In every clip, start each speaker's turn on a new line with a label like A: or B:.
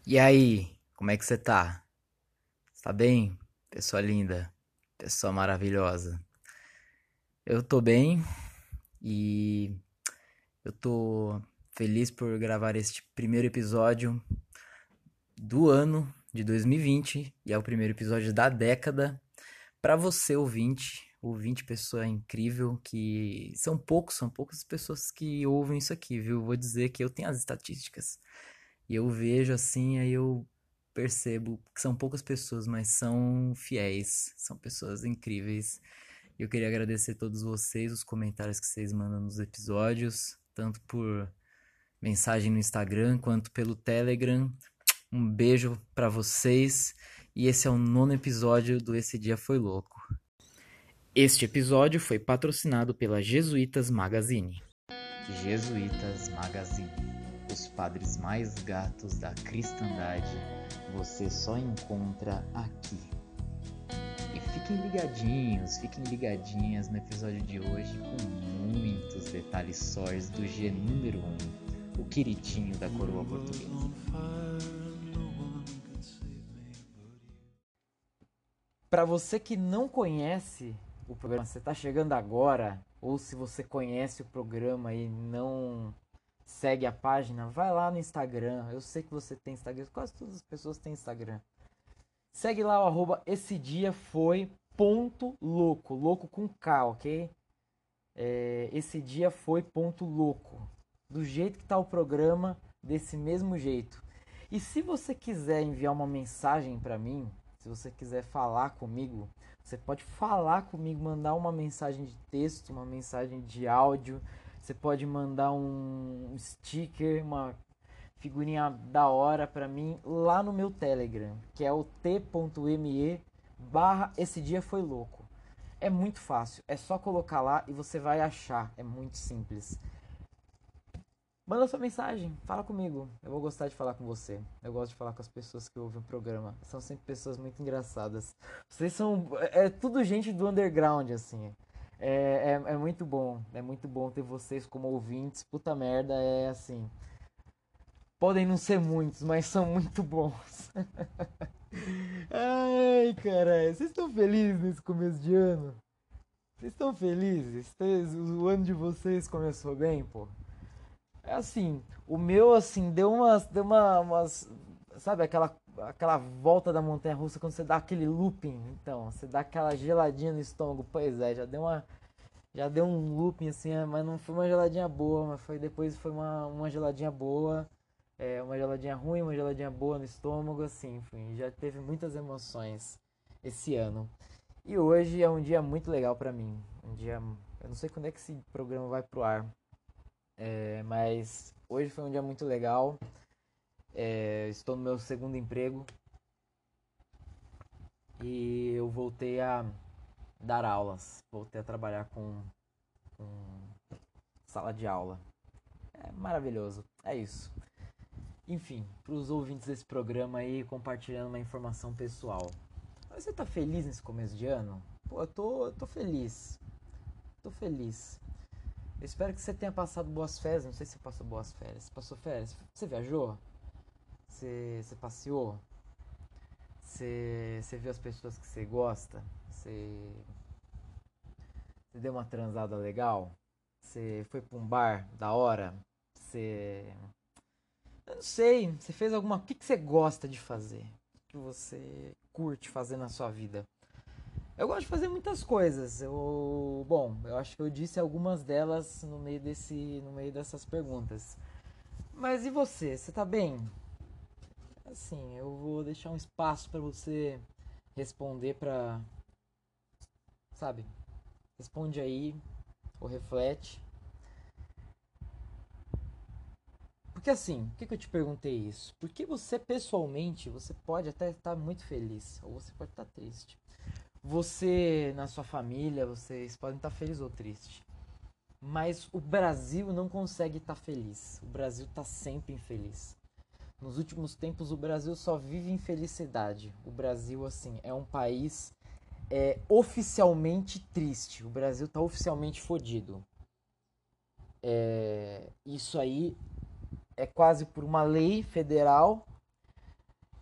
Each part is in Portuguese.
A: E aí, como é que você tá? Tá bem? Pessoa linda, pessoa maravilhosa. Eu tô bem e eu tô feliz por gravar este primeiro episódio do ano de 2020 e é o primeiro episódio da década pra você, ouvinte, pessoa incrível que são poucas pessoas que ouvem isso aqui, viu? Vou dizer que eu tenho as estatísticas. E eu vejo assim, aí eu percebo que são poucas pessoas, mas são fiéis, são pessoas incríveis. E eu queria agradecer a todos vocês, os comentários que vocês mandam nos episódios, tanto por mensagem no Instagram quanto pelo Telegram. Um beijo pra vocês. E esse é o nono episódio do Esse Dia Foi Louco. Este episódio foi patrocinado pela Jesuítas Magazine. Jesuítas Magazine. Os padres mais gatos da cristandade você só encontra aqui. E fiquem ligadinhas no episódio de hoje com muitos detalhes sóis do G número 1, o queridinho da coroa portuguesa. Para você que não conhece o programa, você está chegando agora, ou se você conhece o programa e não segue a página, vai lá no Instagram. Eu sei que você tem Instagram, quase todas as pessoas têm Instagram. Segue lá o arroba esse dia foi ponto louco, louco com K, ok? Esse dia foi ponto louco. Do jeito que tá o programa, desse mesmo jeito. E se você quiser enviar uma mensagem para mim, se você quiser falar comigo, você pode falar comigo, mandar uma mensagem de texto, uma mensagem de áudio. Você pode mandar um sticker, uma figurinha da hora pra mim lá no meu Telegram, que é o t.me barra esse dia foi louco. É muito fácil, é só colocar lá e você vai achar, é muito simples. Manda sua mensagem, fala comigo, eu vou gostar de falar com você. Eu gosto de falar com as pessoas que ouvem o programa, são sempre pessoas muito engraçadas. Vocês são, é tudo gente do underground, assim. É muito bom ter vocês como ouvintes. Puta merda, é assim. Podem não ser muitos, mas são muito bons. Ai, caralho. Vocês estão felizes nesse começo de ano? Vocês estão felizes? O ano de vocês começou bem, pô? É assim, o meu, assim, umas, sabe aquela volta da montanha-russa quando você dá aquele looping? Então, você dá aquela geladinha no estômago. Pois é, já deu um looping, assim, mas não foi uma geladinha boa, mas depois foi uma geladinha boa. Uma geladinha ruim, uma geladinha boa no estômago, assim, enfim, já teve muitas emoções esse ano. E hoje é um dia muito legal pra mim. Um dia, eu não sei quando é que esse programa vai pro ar, mas hoje foi um dia muito legal. Estou no meu segundo emprego e eu voltei a dar aulas, voltei a trabalhar com sala de aula. É maravilhoso, é isso. Enfim, para os ouvintes desse programa aí, compartilhando uma informação pessoal. Você tá feliz nesse começo de ano? Pô, eu tô feliz. Tô feliz. Eu espero que você tenha passado boas férias. Não sei se você passou boas férias. Passou férias? Você viajou? Você passeou? Você viu as pessoas que você gosta? Você deu uma transada legal? Você foi pra um bar da hora? Você. Eu não sei. Você fez alguma. O que você gosta de fazer? O que você curte fazer na sua vida? Eu gosto de fazer muitas coisas. Eu acho que eu disse algumas delas no meio dessas perguntas. Mas e você? Você tá bem? Assim, eu vou deixar um espaço para você responder sabe? Responde aí ou reflete. Porque assim, por que eu te perguntei isso? Porque você pessoalmente, você pode até estar muito feliz ou você pode estar triste. Você, na sua família, vocês podem estar felizes ou tristes. Mas o Brasil não consegue estar feliz. O Brasil está sempre infeliz. Nos últimos tempos, o Brasil só vive infelicidade. O Brasil, assim, é um país oficialmente triste. O Brasil está oficialmente fodido. Isso aí é quase por uma lei federal.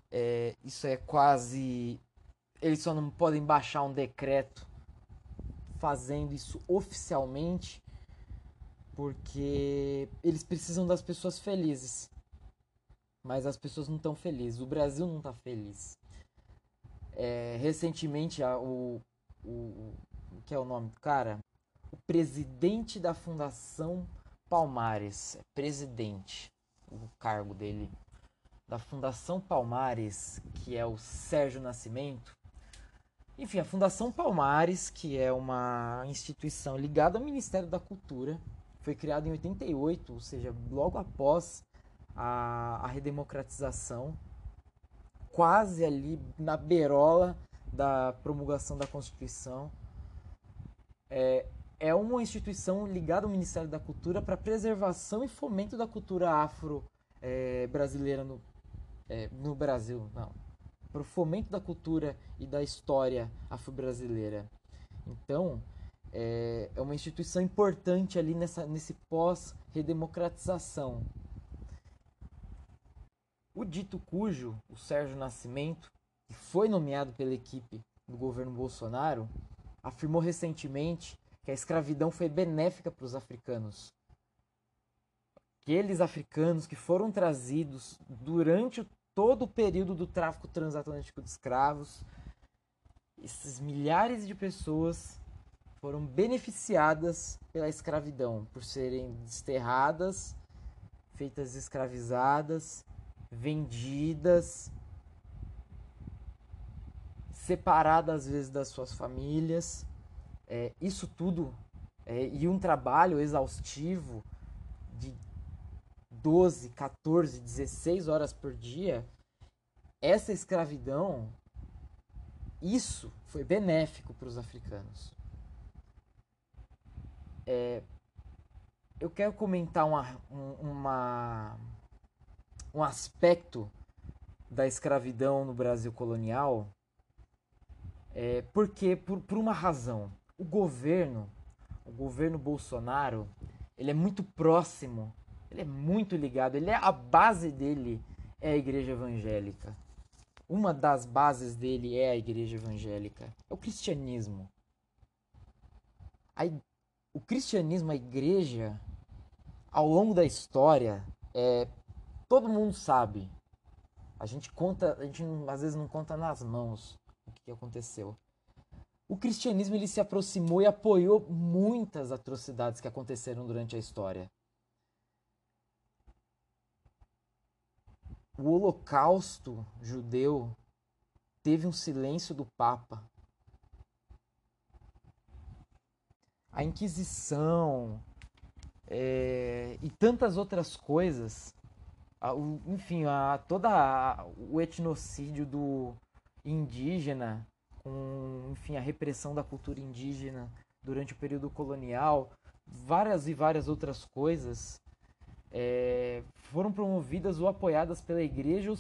A: Isso é quase. Eles só não podem baixar um decreto fazendo isso oficialmente, porque eles precisam das pessoas felizes. Mas as pessoas não estão felizes. O Brasil não está feliz. Recentemente, o que é o nome do cara? O presidente da Fundação Palmares. É presidente, o cargo dele. Da Fundação Palmares, que é o Sérgio Nascimento. Enfim, a Fundação Palmares, que é uma instituição ligada ao Ministério da Cultura, foi criada em 88, ou seja, logo após a redemocratização, quase ali na beirola da promulgação da Constituição. É uma instituição ligada ao Ministério da Cultura para preservação e fomento da cultura afro-brasileira no Brasil. Não, para o fomento da cultura e da história afro-brasileira. Então, é uma instituição importante ali nesse pós-redemocratização. O dito cujo, o Sérgio Nascimento, que foi nomeado pela equipe do governo Bolsonaro, afirmou recentemente que a escravidão foi benéfica para os africanos. Aqueles africanos que foram trazidos durante todo o período do tráfico transatlântico de escravos, esses milhares de pessoas foram beneficiadas pela escravidão, por serem desterradas, feitas escravizadas, vendidas, separadas às vezes das suas famílias. Isso tudo e um trabalho exaustivo de 12, 14, 16 horas por dia. Essa escravidão, isso foi benéfico para os africanos. Eu quero comentar um aspecto da escravidão no Brasil colonial, porque por uma razão. O governo Bolsonaro, ele é muito próximo, ele é muito ligado, a base dele é a igreja evangélica. Uma das bases dele é a igreja evangélica, é o cristianismo. O cristianismo, a igreja, ao longo da história, todo mundo sabe. A gente às vezes não conta nas mãos o que aconteceu. O cristianismo ele se aproximou e apoiou muitas atrocidades que aconteceram durante a história. O Holocausto judeu teve um silêncio do Papa. A Inquisição e tantas outras coisas, enfim, todo o etnocídio do indígena, com, enfim, a repressão da cultura indígena durante o período colonial, várias e várias outras coisas foram promovidas ou apoiadas pela igreja,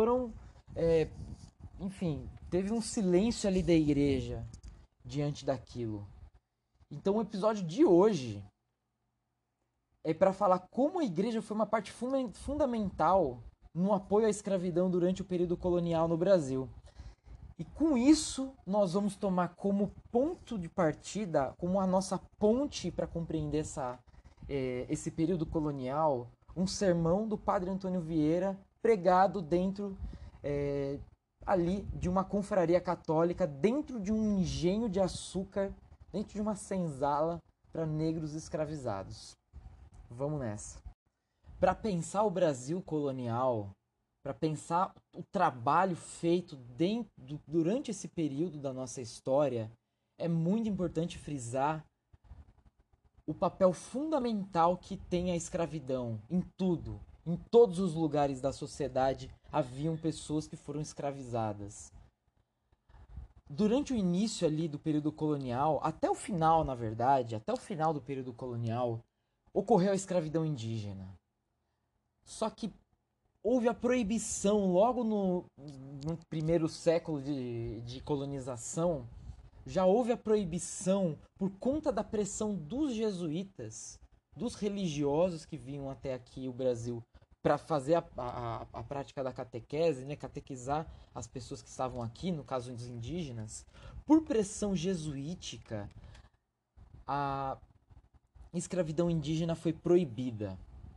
A: enfim, teve um silêncio ali da igreja diante daquilo. Então o episódio de hoje é para falar como a igreja foi uma parte fundamental no apoio à escravidão durante o período colonial no Brasil. E com isso, nós vamos tomar como ponto de partida, como a nossa ponte para compreender esse período colonial, um sermão do Padre Antônio Vieira, pregado dentro ali de uma confraria católica, dentro de um engenho de açúcar, dentro de uma senzala para negros escravizados. Vamos nessa. Para pensar o Brasil colonial, para pensar o trabalho feito durante esse período da nossa história, é muito importante frisar o papel fundamental que tem a escravidão em tudo. Em todos os lugares da sociedade haviam pessoas que foram escravizadas. Durante o início ali do período colonial, até o final, na verdade, até o final do período colonial, ocorreu a escravidão indígena. Só que houve a proibição, logo no primeiro século de colonização, já houve a proibição por conta da pressão dos jesuítas, dos religiosos que vinham até aqui o Brasil para fazer a prática da catequese, né, catequizar as pessoas que estavam aqui, no caso dos indígenas, por pressão jesuítica, a escravidão indígena foi proibida.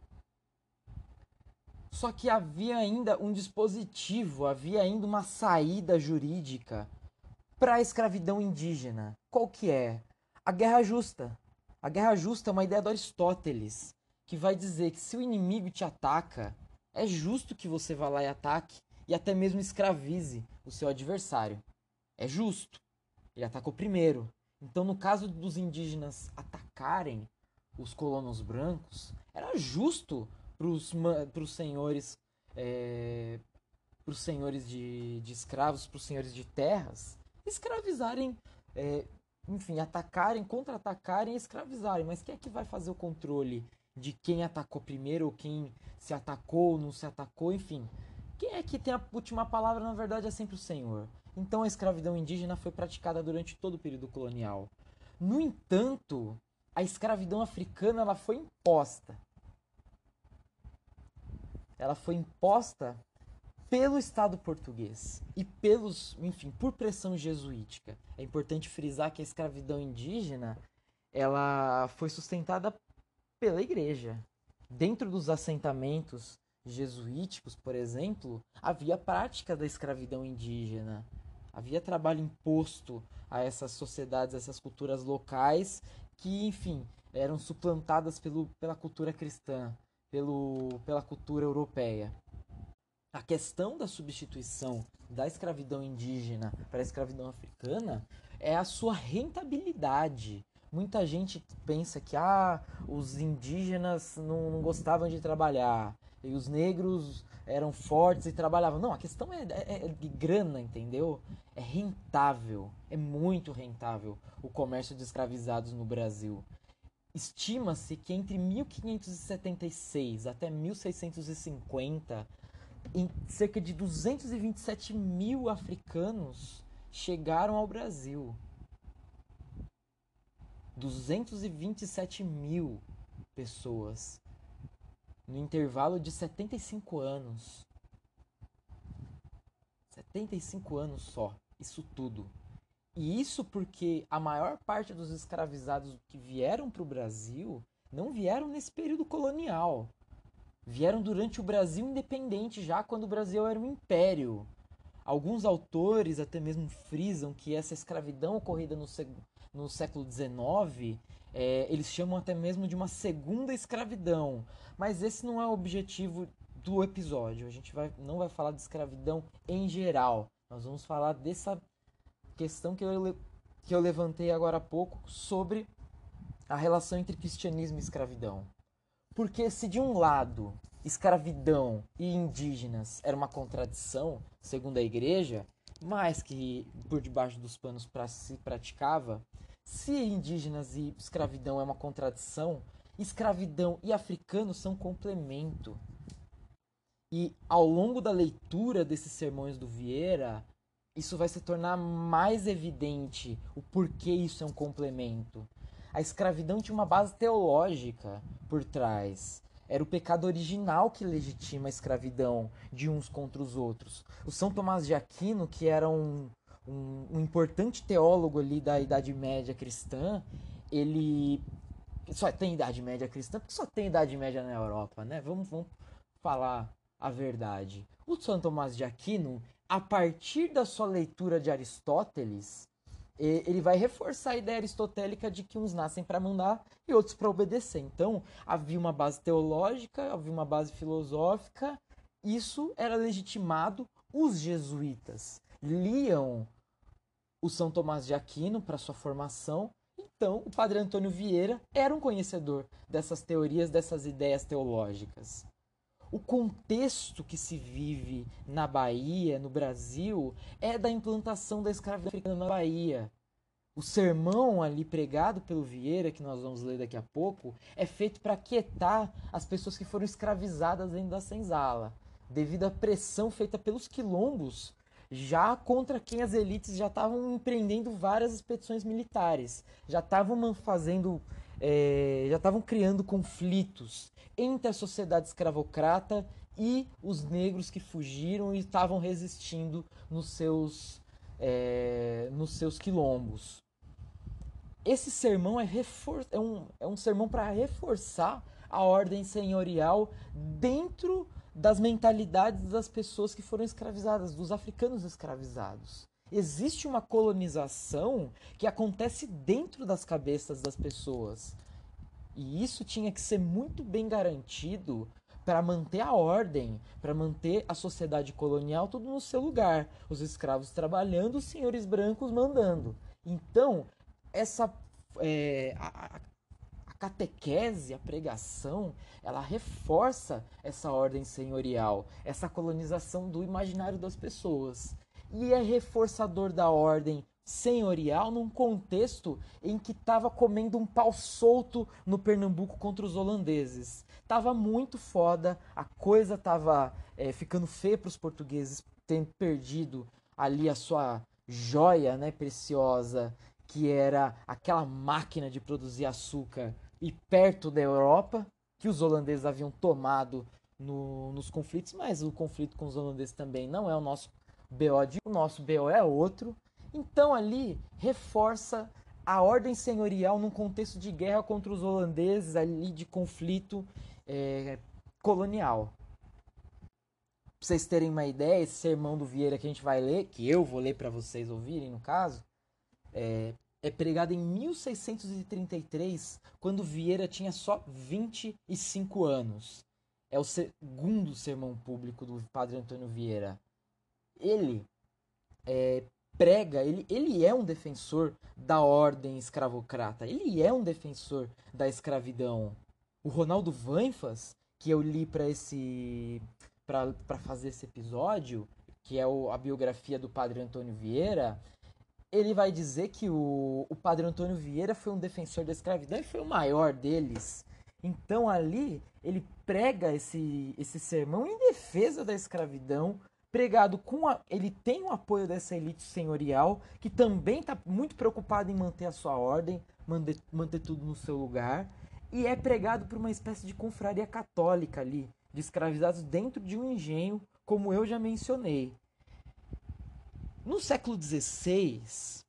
A: Só que havia ainda um dispositivo, havia ainda uma saída jurídica para a escravidão indígena. Qual que é? A guerra justa. A guerra justa é uma ideia do Aristóteles, que vai dizer que se o inimigo te ataca, é justo que você vá lá e ataque e até mesmo escravize o seu adversário. É justo. Ele atacou primeiro. Então, no caso dos indígenas atacarem os colonos brancos, era justo para os senhores, pros senhores de escravos, para os senhores de terras, escravizarem, enfim, atacarem, contra-atacarem e escravizarem. Mas quem é que vai fazer o controle de quem atacou primeiro ou quem se atacou ou não se atacou, enfim? Quem é que tem a última palavra, na verdade, é sempre o senhor. Então a escravidão indígena foi praticada durante todo o período colonial. No entanto, a escravidão africana ela foi imposta. Ela foi imposta pelo Estado português e pelos, enfim, por pressão jesuítica. É importante frisar que a escravidão indígena ela foi sustentada pela igreja. Dentro dos assentamentos jesuíticos, por exemplo, havia prática da escravidão indígena. Havia trabalho imposto a essas sociedades, a essas culturas locais que, enfim, eram suplantadas pela cultura cristã, pela cultura europeia. A questão da substituição da escravidão indígena para a escravidão africana é a sua rentabilidade. Muita gente pensa que os indígenas não gostavam de trabalhar e os negros eram fortes e trabalhavam. Não, a questão é de grana, entendeu? É rentável, é muito rentável o comércio de escravizados no Brasil. Estima-se que entre 1576 até 1650, em cerca de 227 mil africanos chegaram ao Brasil. 227 mil pessoas no intervalo de 75 anos. 75 anos só, isso tudo. E isso porque a maior parte dos escravizados que vieram para o Brasil não vieram nesse período colonial. Vieram durante o Brasil independente, já quando o Brasil era um império. Alguns autores até mesmo frisam que essa escravidão ocorrida no século XIX, eles chamam até mesmo de uma segunda escravidão. Mas esse não é o objetivo do episódio. A gente não vai falar de escravidão em geral. Nós vamos falar dessa questão que eu levantei agora há pouco sobre a relação entre cristianismo e escravidão. Porque se de um lado escravidão e indígenas era uma contradição, segundo a igreja, mais que por debaixo dos panos se praticava, se indígenas e escravidão é uma contradição, escravidão e africano são complemento. E ao longo da leitura desses sermões do Vieira, isso vai se tornar mais evidente o porquê isso é um complemento. A escravidão tinha uma base teológica por trás. Era o pecado original que legitima a escravidão de uns contra os outros. O São Tomás de Aquino, que era um importante teólogo ali da Idade Média cristã, ele só tem Idade Média cristã porque só tem Idade Média na Europa, né? Vamos falar a verdade. O São Tomás de Aquino, a partir da sua leitura de Aristóteles, ele vai reforçar a ideia aristotélica de que uns nascem para mandar e outros para obedecer. Então, havia uma base teológica, havia uma base filosófica, isso era legitimado. Os jesuítas liam o São Tomás de Aquino para sua formação. Então, o padre Antônio Vieira era um conhecedor dessas teorias, dessas ideias teológicas. O contexto que se vive na Bahia, no Brasil, é da implantação da escravidão africana na Bahia. O sermão ali pregado pelo Vieira, que nós vamos ler daqui a pouco, é feito para aquietar as pessoas que foram escravizadas dentro da senzala, devido à pressão feita pelos quilombos, já contra quem as elites já estavam empreendendo várias expedições militares, já estavam fazendo
B: já estavam criando conflitos entre a sociedade escravocrata e os negros que fugiram e estavam resistindo nos seus quilombos. Esse sermão é um sermão para reforçar a ordem senhorial dentro das mentalidades das pessoas que foram escravizadas, dos africanos escravizados. Existe uma colonização que acontece dentro das cabeças das pessoas. E isso tinha que ser muito bem garantido para manter a ordem, para manter a sociedade colonial tudo no seu lugar. Os escravos trabalhando, os senhores brancos mandando. Então, essa é, a catequese, a pregação, ela reforça essa ordem senhorial, essa colonização do imaginário das pessoas. E é reforçador da ordem senhorial num contexto em que estava comendo um pau solto no Pernambuco contra os holandeses. Tava muito foda, a coisa tava ficando feia para os portugueses, tendo perdido ali a sua joia, né, preciosa, que era aquela máquina de produzir açúcar e perto da Europa, que os holandeses haviam tomado nos conflitos, mas o conflito com os holandeses também não é o nosso BO o nosso BO é outro. Então ali reforça a ordem senhorial num contexto de guerra contra os holandeses, ali de conflito é, colonial. Pra vocês terem uma ideia, esse sermão do Vieira que a gente vai ler, que eu vou ler para vocês ouvirem no caso, é pregado em 1633, quando Vieira tinha só 25 anos. É o segundo sermão público do padre Antônio Vieira. Ele prega, ele é um defensor da ordem escravocrata, ele é um defensor da escravidão. O Ronaldo Vanfas, que eu li para fazer esse episódio, que é a biografia do padre Antônio Vieira, ele vai dizer que o padre Antônio Vieira foi um defensor da escravidão e foi o maior deles. Então ali ele prega esse sermão em defesa da escravidão, pregado ele tem o apoio dessa elite senhorial, que também está muito preocupada em manter a sua ordem, manter tudo no seu lugar, e é pregado por uma espécie de confraria católica ali, de escravizados dentro de um engenho, como eu já mencionei. No século XVI,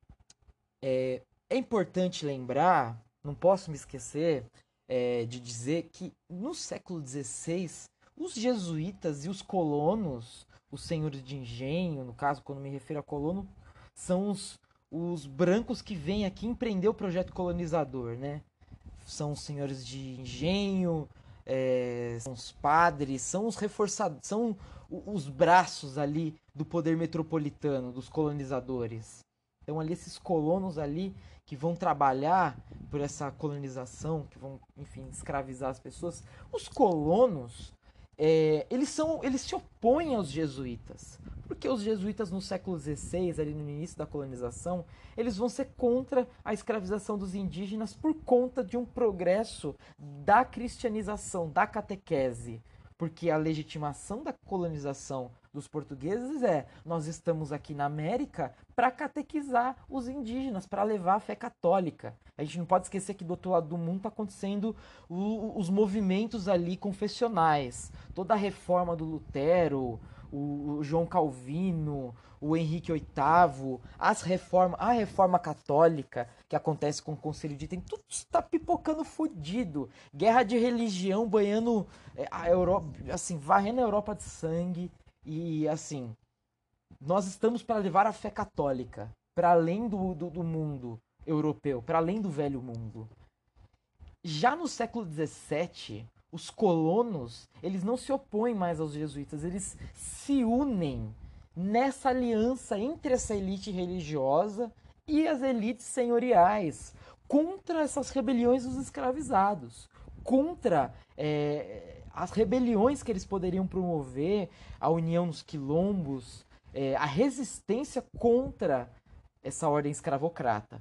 B: é importante lembrar, não posso me esquecer de dizer que no século XVI, os jesuítas e os colonos, os senhores de engenho, no caso, quando me refiro a colono, são os brancos que vêm aqui empreender o projeto colonizador, né? São os senhores de engenho, são os padres, são os reforçados, são os braços ali do poder metropolitano, dos colonizadores. Então ali esses colonos ali que vão trabalhar por essa colonização, que vão, enfim, escravizar as pessoas, os colonos, eles se opõem aos jesuítas, porque os jesuítas no século XVI, ali no início da colonização, eles vão ser contra a escravização dos indígenas por conta de um progresso da cristianização, da catequese, porque a legitimação da colonização dos portugueses nós estamos aqui na América para catequizar os indígenas, para levar a fé católica. A gente não pode esquecer que do outro lado do mundo está acontecendo os movimentos ali confessionais, toda a reforma do Lutero, o João Calvino, o Henrique VIII, a reforma católica que acontece com o Conselho de Trento, tudo está pipocando fudido. Guerra de religião banhando a Europa, assim, varrendo a Europa de sangue. E assim, nós estamos para levar a fé católica para além do mundo europeu, para além do velho mundo. Já no século XVII, os colonos, eles não se opõem mais aos jesuítas, eles se unem nessa aliança entre essa elite religiosa e as elites senhoriais contra essas rebeliões dos escravizados, contra as rebeliões que eles poderiam promover, a união nos quilombos, a resistência contra essa ordem escravocrata.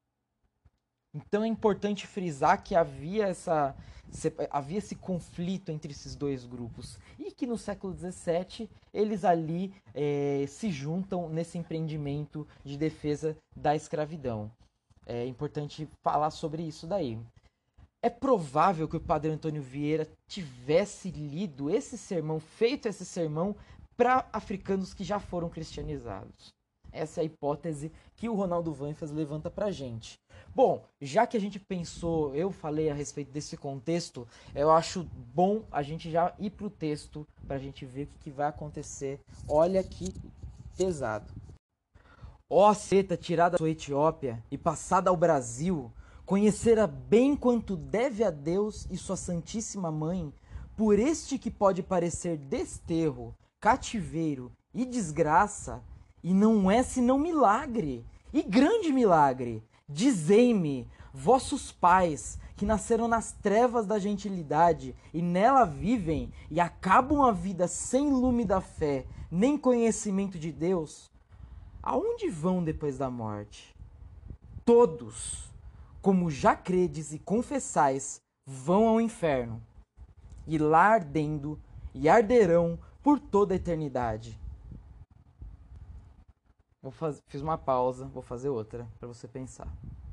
B: Então é importante frisar que havia esse conflito entre esses dois grupos e que no século XVII eles ali se juntam nesse empreendimento de defesa da escravidão. É importante falar sobre isso daí. É provável que o Padre Antônio Vieira tivesse lido esse sermão, feito esse sermão para africanos que já foram cristianizados. Essa é a hipótese que o Ronaldo Vanfas levanta pra gente. Bom, já que a gente pensou, eu falei a respeito desse contexto, eu acho bom a gente já ir pro texto pra gente ver o que vai acontecer. Olha que pesado. Ó seta tirada da sua Etiópia e passada ao Brasil, conhecera bem quanto deve a Deus e sua Santíssima Mãe, por este que pode parecer desterro, cativeiro e desgraça, e não é senão milagre, e grande milagre. Dizei-me, vossos pais, que nasceram nas trevas da gentilidade e nela vivem e acabam a vida sem lume da fé, nem conhecimento de Deus, aonde vão depois da morte? Todos, como já credes e confessais, vão ao inferno, e lá ardendo e arderão por toda a eternidade. Fiz uma pausa, vou fazer outra para você pensar.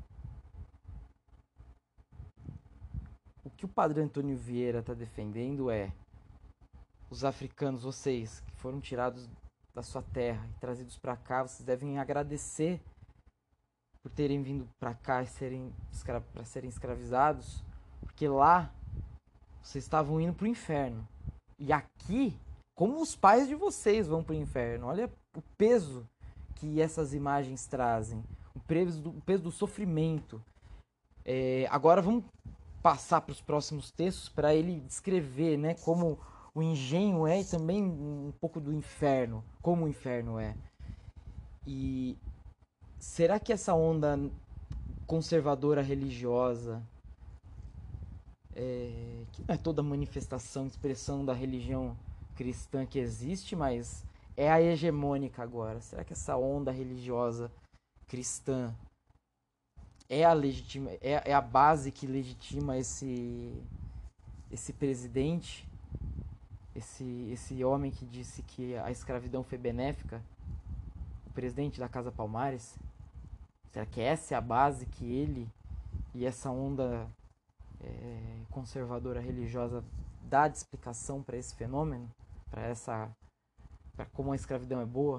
B: O que o Padre Antônio Vieira está defendendo é os africanos, vocês que foram tirados da sua terra e trazidos para cá, vocês devem agradecer por terem vindo para cá e para serem escravizados, porque lá vocês estavam indo para o inferno. E aqui, como os pais de vocês vão para o inferno. Olha o peso que essas imagens trazem, o peso do sofrimento. Agora vamos passar para os próximos textos para ele descrever, né, como o engenho é e também um pouco do inferno, como o inferno é. E será que essa onda conservadora religiosa, que não é toda manifestação, expressão da religião cristã que existe, mas é a hegemônica agora. Será que essa onda religiosa cristã é a base que legitima esse presidente, esse homem que disse que a escravidão foi benéfica, o presidente da Casa Palmares? Será que essa é a base que ele e essa onda conservadora religiosa dá de explicação para esse fenômeno, para como a escravidão é boa?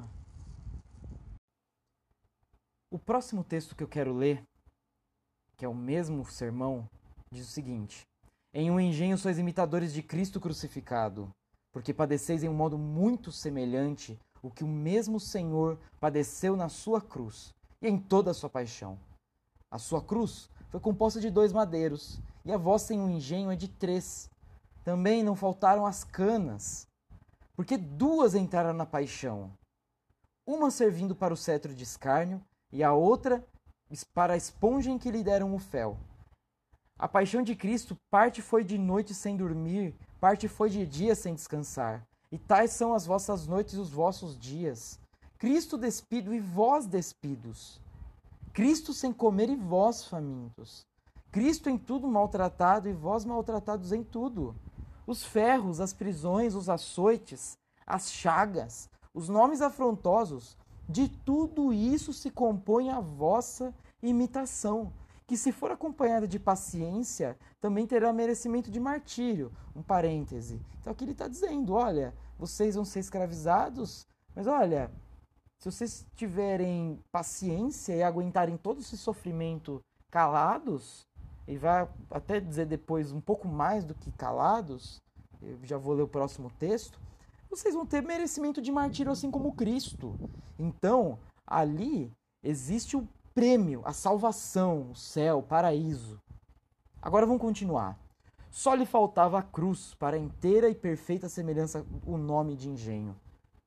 B: O próximo texto que eu quero ler, que é o mesmo sermão, diz o seguinte: em um engenho sois imitadores de Cristo crucificado, porque padeceis em um modo muito semelhante o que o mesmo Senhor padeceu na sua cruz e em toda a sua paixão. A sua cruz foi composta de 2 madeiros, e a vossa em um engenho é de 3. Também não faltaram as canas, porque 2 entraram na paixão, uma servindo para o cetro de escárnio, e a outra para a esponja em que lhe deram o fel. A paixão de Cristo parte foi de noite sem dormir, parte foi de dia sem descansar. E tais são as vossas noites e os vossos dias. Cristo despido e vós despidos. Cristo sem comer e vós famintos. Cristo em tudo maltratado e vós maltratados em tudo. Os ferros, as prisões, os açoites, as chagas, os nomes afrontosos, de tudo isso se compõe a vossa imitação, que se for acompanhada de paciência, também terá merecimento de martírio. Um parêntese. Então aqui ele está dizendo, olha, vocês vão ser escravizados, mas olha, se vocês tiverem paciência e aguentarem todo esse sofrimento calados, e vai até dizer depois um pouco mais do que calados, eu já vou ler o próximo texto, vocês vão ter merecimento de martírio assim como Cristo. Então, ali existe o prêmio, a salvação, o céu, o paraíso. Agora vamos continuar. Só lhe faltava a cruz para inteira e perfeita semelhança o nome de engenho.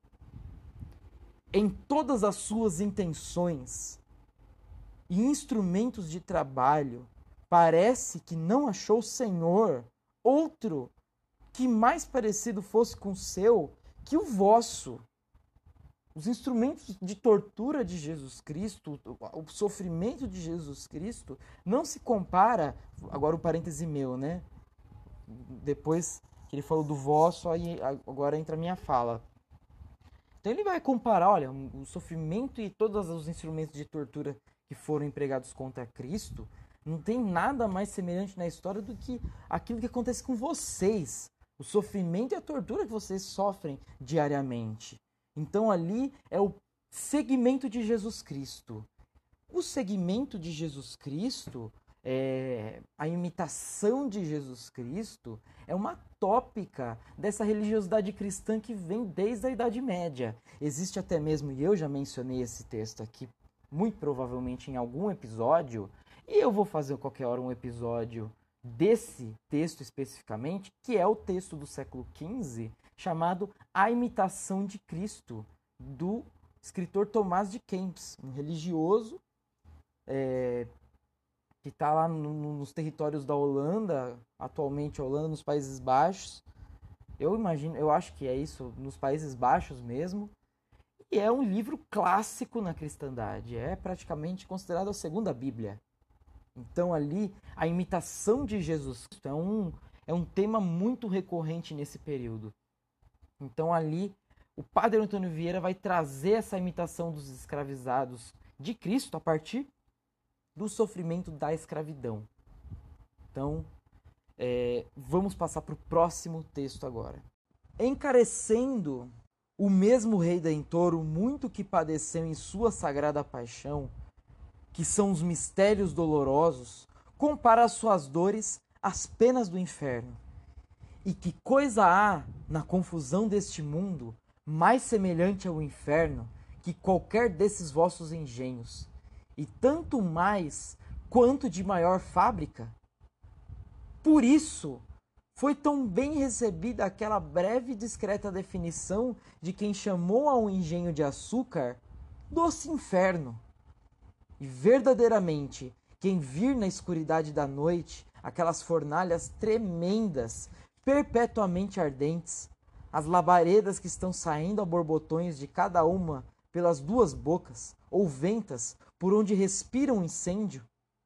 B: Em todas as suas intenções e instrumentos de trabalho, parece que não achou Senhor outro que mais parecido fosse com o seu que o vosso. Os instrumentos de tortura de Jesus Cristo, o sofrimento de Jesus Cristo, não se compara, agora o parêntese meu, né? Depois que ele falou do vosso, aí agora entra a minha fala. Então ele vai comparar, olha, o sofrimento e todos os instrumentos de tortura que foram empregados contra Cristo Não tem nada mais semelhante na história do que aquilo que acontece com vocês. O sofrimento e a tortura que vocês sofrem diariamente. Então ali é o segmento de Jesus Cristo. O segmento de Jesus Cristo, a imitação de Jesus Cristo, é uma tópica dessa religiosidade cristã que vem desde a Idade Média. Existe até mesmo, e eu já mencionei esse texto aqui, muito provavelmente em algum episódio, e eu vou fazer qualquer hora um episódio desse texto especificamente, que é o texto do século XV, chamado A Imitação de Cristo, do escritor Tomás de Kempis, um religioso que está lá nos territórios da Holanda, atualmente a Holanda, nos Países Baixos. Eu acho que é isso, nos Países Baixos mesmo. E é um livro clássico na cristandade, é praticamente considerado a segunda Bíblia. Então ali, a imitação de Jesus Cristo é um tema muito recorrente nesse período. Então ali, o Padre Antônio Vieira vai trazer essa imitação dos escravizados de Cristo a partir do sofrimento da escravidão. Então, vamos passar para o próximo texto agora. Encarecendo o mesmo Redentor, o muito que padeceu em sua sagrada paixão, que são os mistérios dolorosos, compara as suas dores às penas do inferno. E que coisa há na confusão deste mundo mais semelhante ao inferno que qualquer desses vossos engenhos, e tanto mais quanto de maior fábrica? Por isso, foi tão bem recebida aquela breve e discreta definição de quem chamou ao engenho de açúcar doce inferno. E verdadeiramente, quem vir na escuridade da noite aquelas fornalhas tremendas, perpetuamente ardentes, as labaredas que estão saindo a borbotões de cada uma pelas duas bocas, ou ventas por onde respira um incêndio,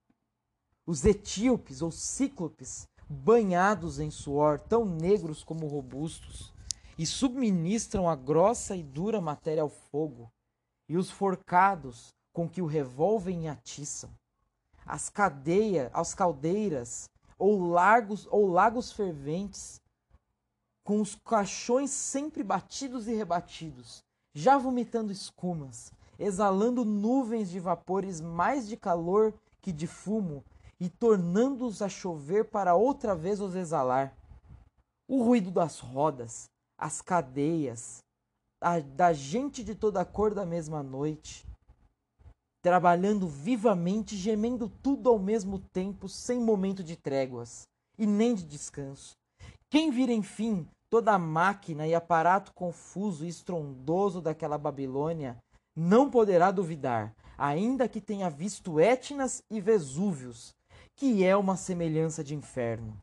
B: os etíopes ou cíclopes, banhados em suor, tão negros como robustos, e subministram a grossa e dura matéria ao fogo, e os forcados com que o revólvem e atiçam, as caldeiras ou lagos ferventes, com os caixões sempre batidos e rebatidos, já vomitando escumas, exalando nuvens de vapores mais de calor que de fumo, e tornando-os a chover para outra vez os exalar. O ruído das rodas, as cadeias, da gente de toda a cor da mesma noite, trabalhando vivamente, gemendo tudo ao mesmo tempo, sem momento de tréguas e nem de descanso. Quem vira, enfim, toda a máquina e aparato confuso e estrondoso daquela Babilônia, não poderá duvidar, ainda que tenha visto Etnas e Vesúvios, que é uma semelhança de inferno.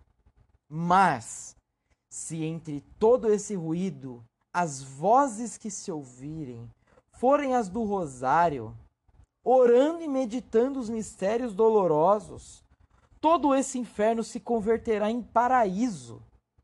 B: Mas, se entre todo esse ruído, as vozes que se ouvirem forem as do rosário, orando e meditando os mistérios dolorosos, todo esse inferno se converterá em paraíso.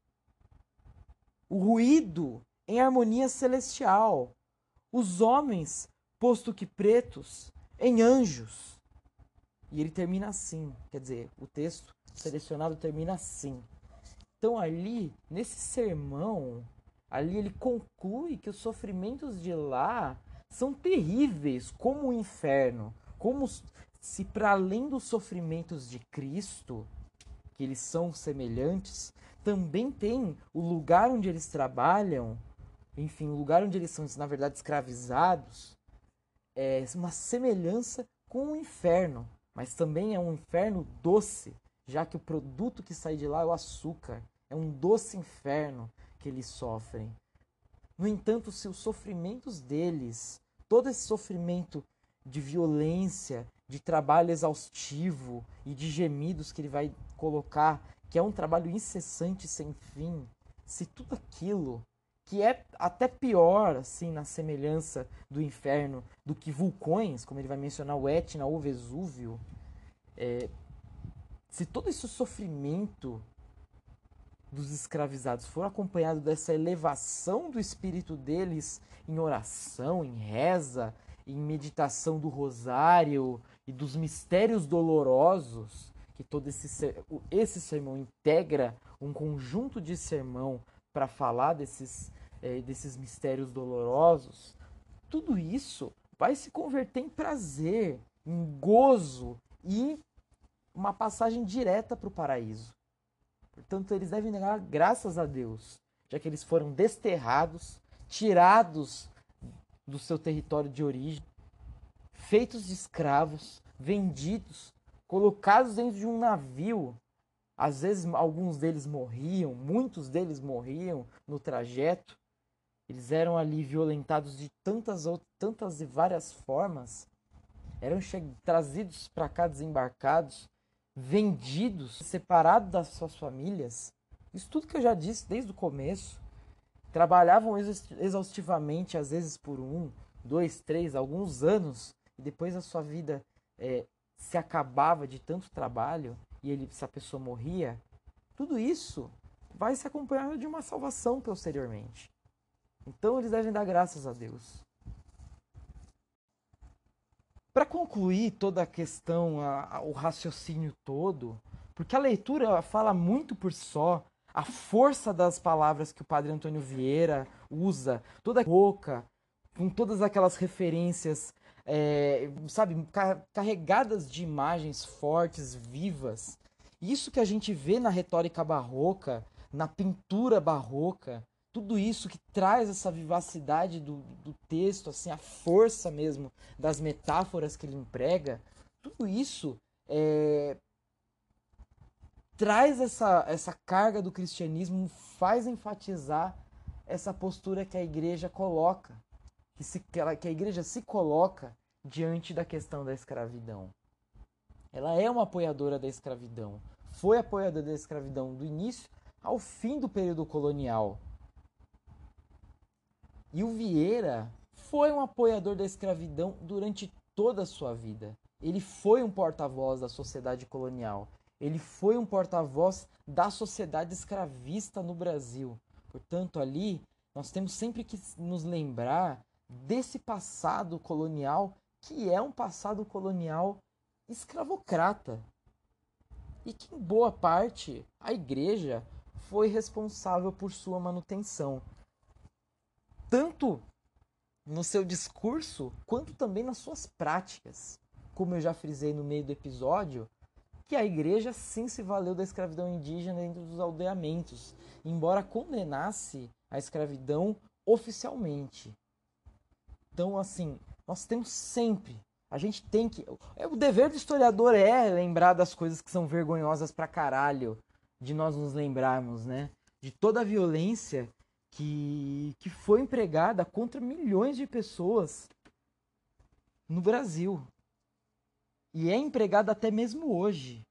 B: O ruído em harmonia celestial, os homens, posto que pretos, em anjos. E ele termina assim, quer dizer, o texto selecionado termina assim. Então ali, nesse sermão, ali ele conclui que os sofrimentos de lá são terríveis, como o inferno, como se para além dos sofrimentos de Cristo, que eles são semelhantes, também tem o lugar onde eles trabalham, enfim, o lugar onde eles são, na verdade, escravizados, é uma semelhança com o inferno, mas também é um inferno doce, já que o produto que sai de lá é o açúcar, é um doce inferno que eles sofrem. No entanto, se os sofrimentos deles, todo esse sofrimento de violência, de trabalho exaustivo e de gemidos que ele vai colocar, que é um trabalho incessante sem fim, se tudo aquilo, que é até pior, assim, na semelhança do inferno, do que vulcões, como ele vai mencionar o Etna ou o Vesúvio, se todo esse sofrimento dos escravizados for acompanhado dessa elevação do espírito deles em oração, em reza em meditação do rosário e dos mistérios dolorosos, que esse sermão integra um conjunto de sermão para falar desses mistérios dolorosos, tudo isso vai se converter em prazer, em gozo e em uma passagem direta para o paraíso. Portanto, eles devem dar graças a Deus, já que eles foram desterrados, tirados do seu território de origem, feitos de escravos, vendidos, colocados dentro de um navio. Às vezes alguns deles morriam, muitos deles morriam no trajeto. Eles eram ali violentados de tantas e várias formas. Eram trazidos para cá, desembarcados, vendidos, separados das suas famílias. Isso tudo que eu já disse desde o começo. Trabalhavam exaustivamente, às vezes por 1, 2, 3, alguns anos, e depois a sua vida se acabava de tanto trabalho, e essa pessoa morria. Tudo isso vai se acompanhar de uma salvação posteriormente. Então eles devem dar graças a Deus. Para concluir toda a questão, o raciocínio todo, porque a leitura fala muito por si só, a força das palavras que o Padre Antônio Vieira usa, toda a boca, com todas aquelas referências, sabe, carregadas de imagens fortes, vivas. Isso que a gente vê na retórica barroca, na pintura barroca, tudo isso que traz essa vivacidade do texto, assim, a força mesmo das metáforas que ele emprega, tudo isso traz essa carga do cristianismo, faz enfatizar essa postura que a igreja coloca, que a igreja se coloca diante da questão da escravidão. Ela é uma apoiadora da escravidão, foi apoiadora da escravidão do início ao fim do período colonial. E o Vieira foi um apoiador da escravidão durante toda a sua vida. Ele foi um porta-voz da sociedade colonial. Ele foi um porta-voz da sociedade escravista no Brasil. Portanto, ali, nós temos sempre que nos lembrar desse passado colonial, que é um passado colonial escravocrata. E que, em boa parte, a igreja foi responsável por sua manutenção. Tanto no seu discurso, quanto também nas suas práticas. Como eu já frisei no meio do episódio, que a igreja sim se valeu da escravidão indígena dentro dos aldeamentos, embora condenasse a escravidão oficialmente. Então, assim, nós temos sempre, a gente tem que... O dever do historiador é lembrar das coisas que são vergonhosas pra caralho, de nós nos lembrarmos, né? De toda a violência que foi empregada contra milhões de pessoas no Brasil. E é empregada até mesmo hoje.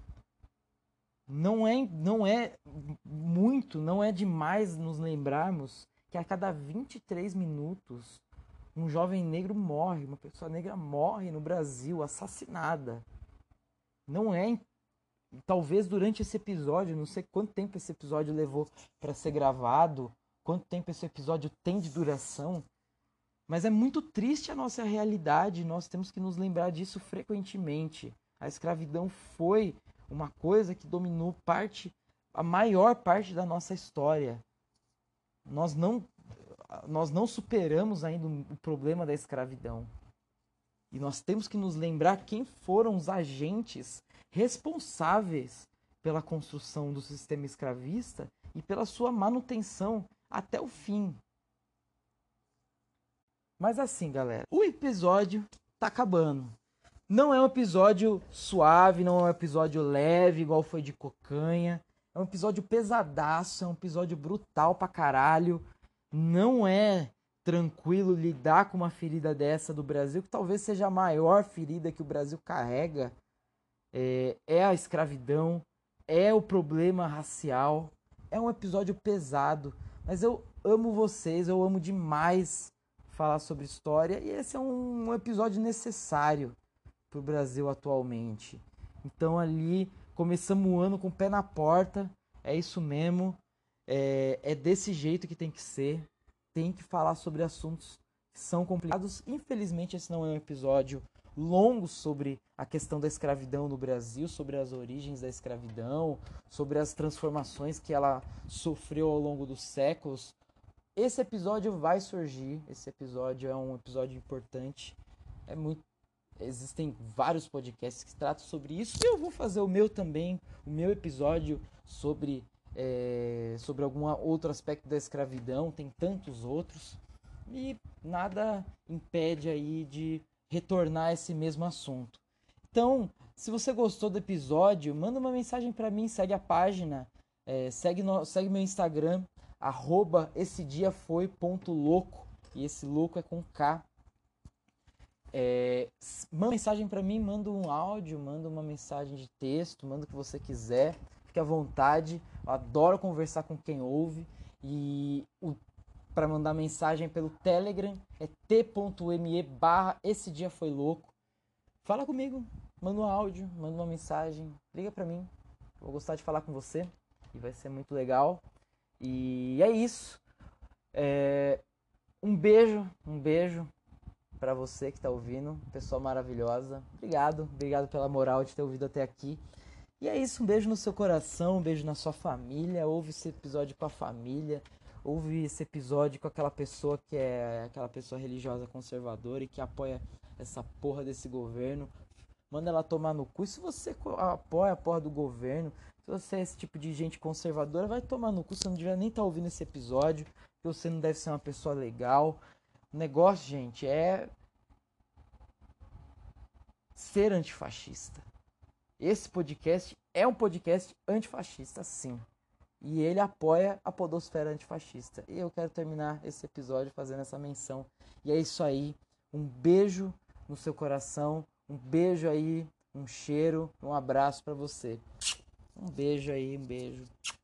B: Não é muito, não é demais nos lembrarmos que a cada 23 minutos um jovem negro morre, uma pessoa negra morre no Brasil, assassinada. Não é... Talvez durante esse episódio, não sei quanto tempo esse episódio levou para ser gravado, quanto tempo esse episódio tem de duração, mas é muito triste a nossa realidade, nós temos que nos lembrar disso frequentemente. A escravidão foi uma coisa que dominou a maior parte da nossa história. Nós não superamos ainda o problema da escravidão. E nós temos que nos lembrar quem foram os agentes responsáveis pela construção do sistema escravista e pela sua manutenção até o fim. Mas assim, galera, o episódio tá acabando. Não é um episódio suave, não é um episódio leve, igual foi de Cocanha. É um episódio pesadaço, é um episódio brutal pra caralho. Não é tranquilo lidar com uma ferida dessa do Brasil, que talvez seja a maior ferida que o Brasil carrega. É a escravidão, é o problema racial. É um episódio pesado, mas eu amo vocês, eu amo demais falar sobre história, e esse é um episódio necessário para o Brasil atualmente. Então ali, começamos o ano com o pé na porta, é isso mesmo, é desse jeito que tem que ser, tem que falar sobre assuntos são complicados. Infelizmente, esse não é um episódio longo sobre a questão da escravidão no Brasil, sobre as origens da escravidão, sobre as transformações que ela sofreu ao longo dos séculos. Esse episódio vai surgir, esse episódio é um episódio importante, existem vários podcasts que tratam sobre isso, e eu vou fazer o meu também, o meu episódio sobre algum outro aspecto da escravidão, tem tantos outros, e nada impede aí de retornar a esse mesmo assunto. Então, se você gostou do episódio, manda uma mensagem para mim, segue a página, segue meu Instagram, @esediafoi.louco, e esse louco é com K. Manda mensagem para mim, manda um áudio, manda uma mensagem de texto, manda o que você quiser, fique à vontade, eu adoro conversar com quem ouve, e para mandar mensagem pelo Telegram é t.me/esediafoilouco. Fala comigo, manda um áudio, manda uma mensagem, liga para mim, eu vou gostar de falar com você e vai ser muito legal. E é isso. Um beijo para você que tá ouvindo, pessoa maravilhosa. Obrigado pela moral de ter ouvido até aqui. E é isso, um beijo no seu coração, um beijo na sua família. Ouve esse episódio com a família, ouve esse episódio com aquela pessoa que é aquela pessoa religiosa conservadora e que apoia essa porra desse governo. Manda ela tomar no cu. Se você apoia a porra do governo, se você é esse tipo de gente conservadora, vai tomar no cu. Você não devia nem estar ouvindo esse episódio, porque você não deve ser uma pessoa legal. O negócio, gente, é ser antifascista. Esse podcast é um podcast antifascista, sim. E ele apoia a podosfera antifascista. E eu quero terminar esse episódio fazendo essa menção. E é isso aí. Um beijo no seu coração. Um beijo aí. Um cheiro. Um abraço pra você. Um beijo aí. Um beijo.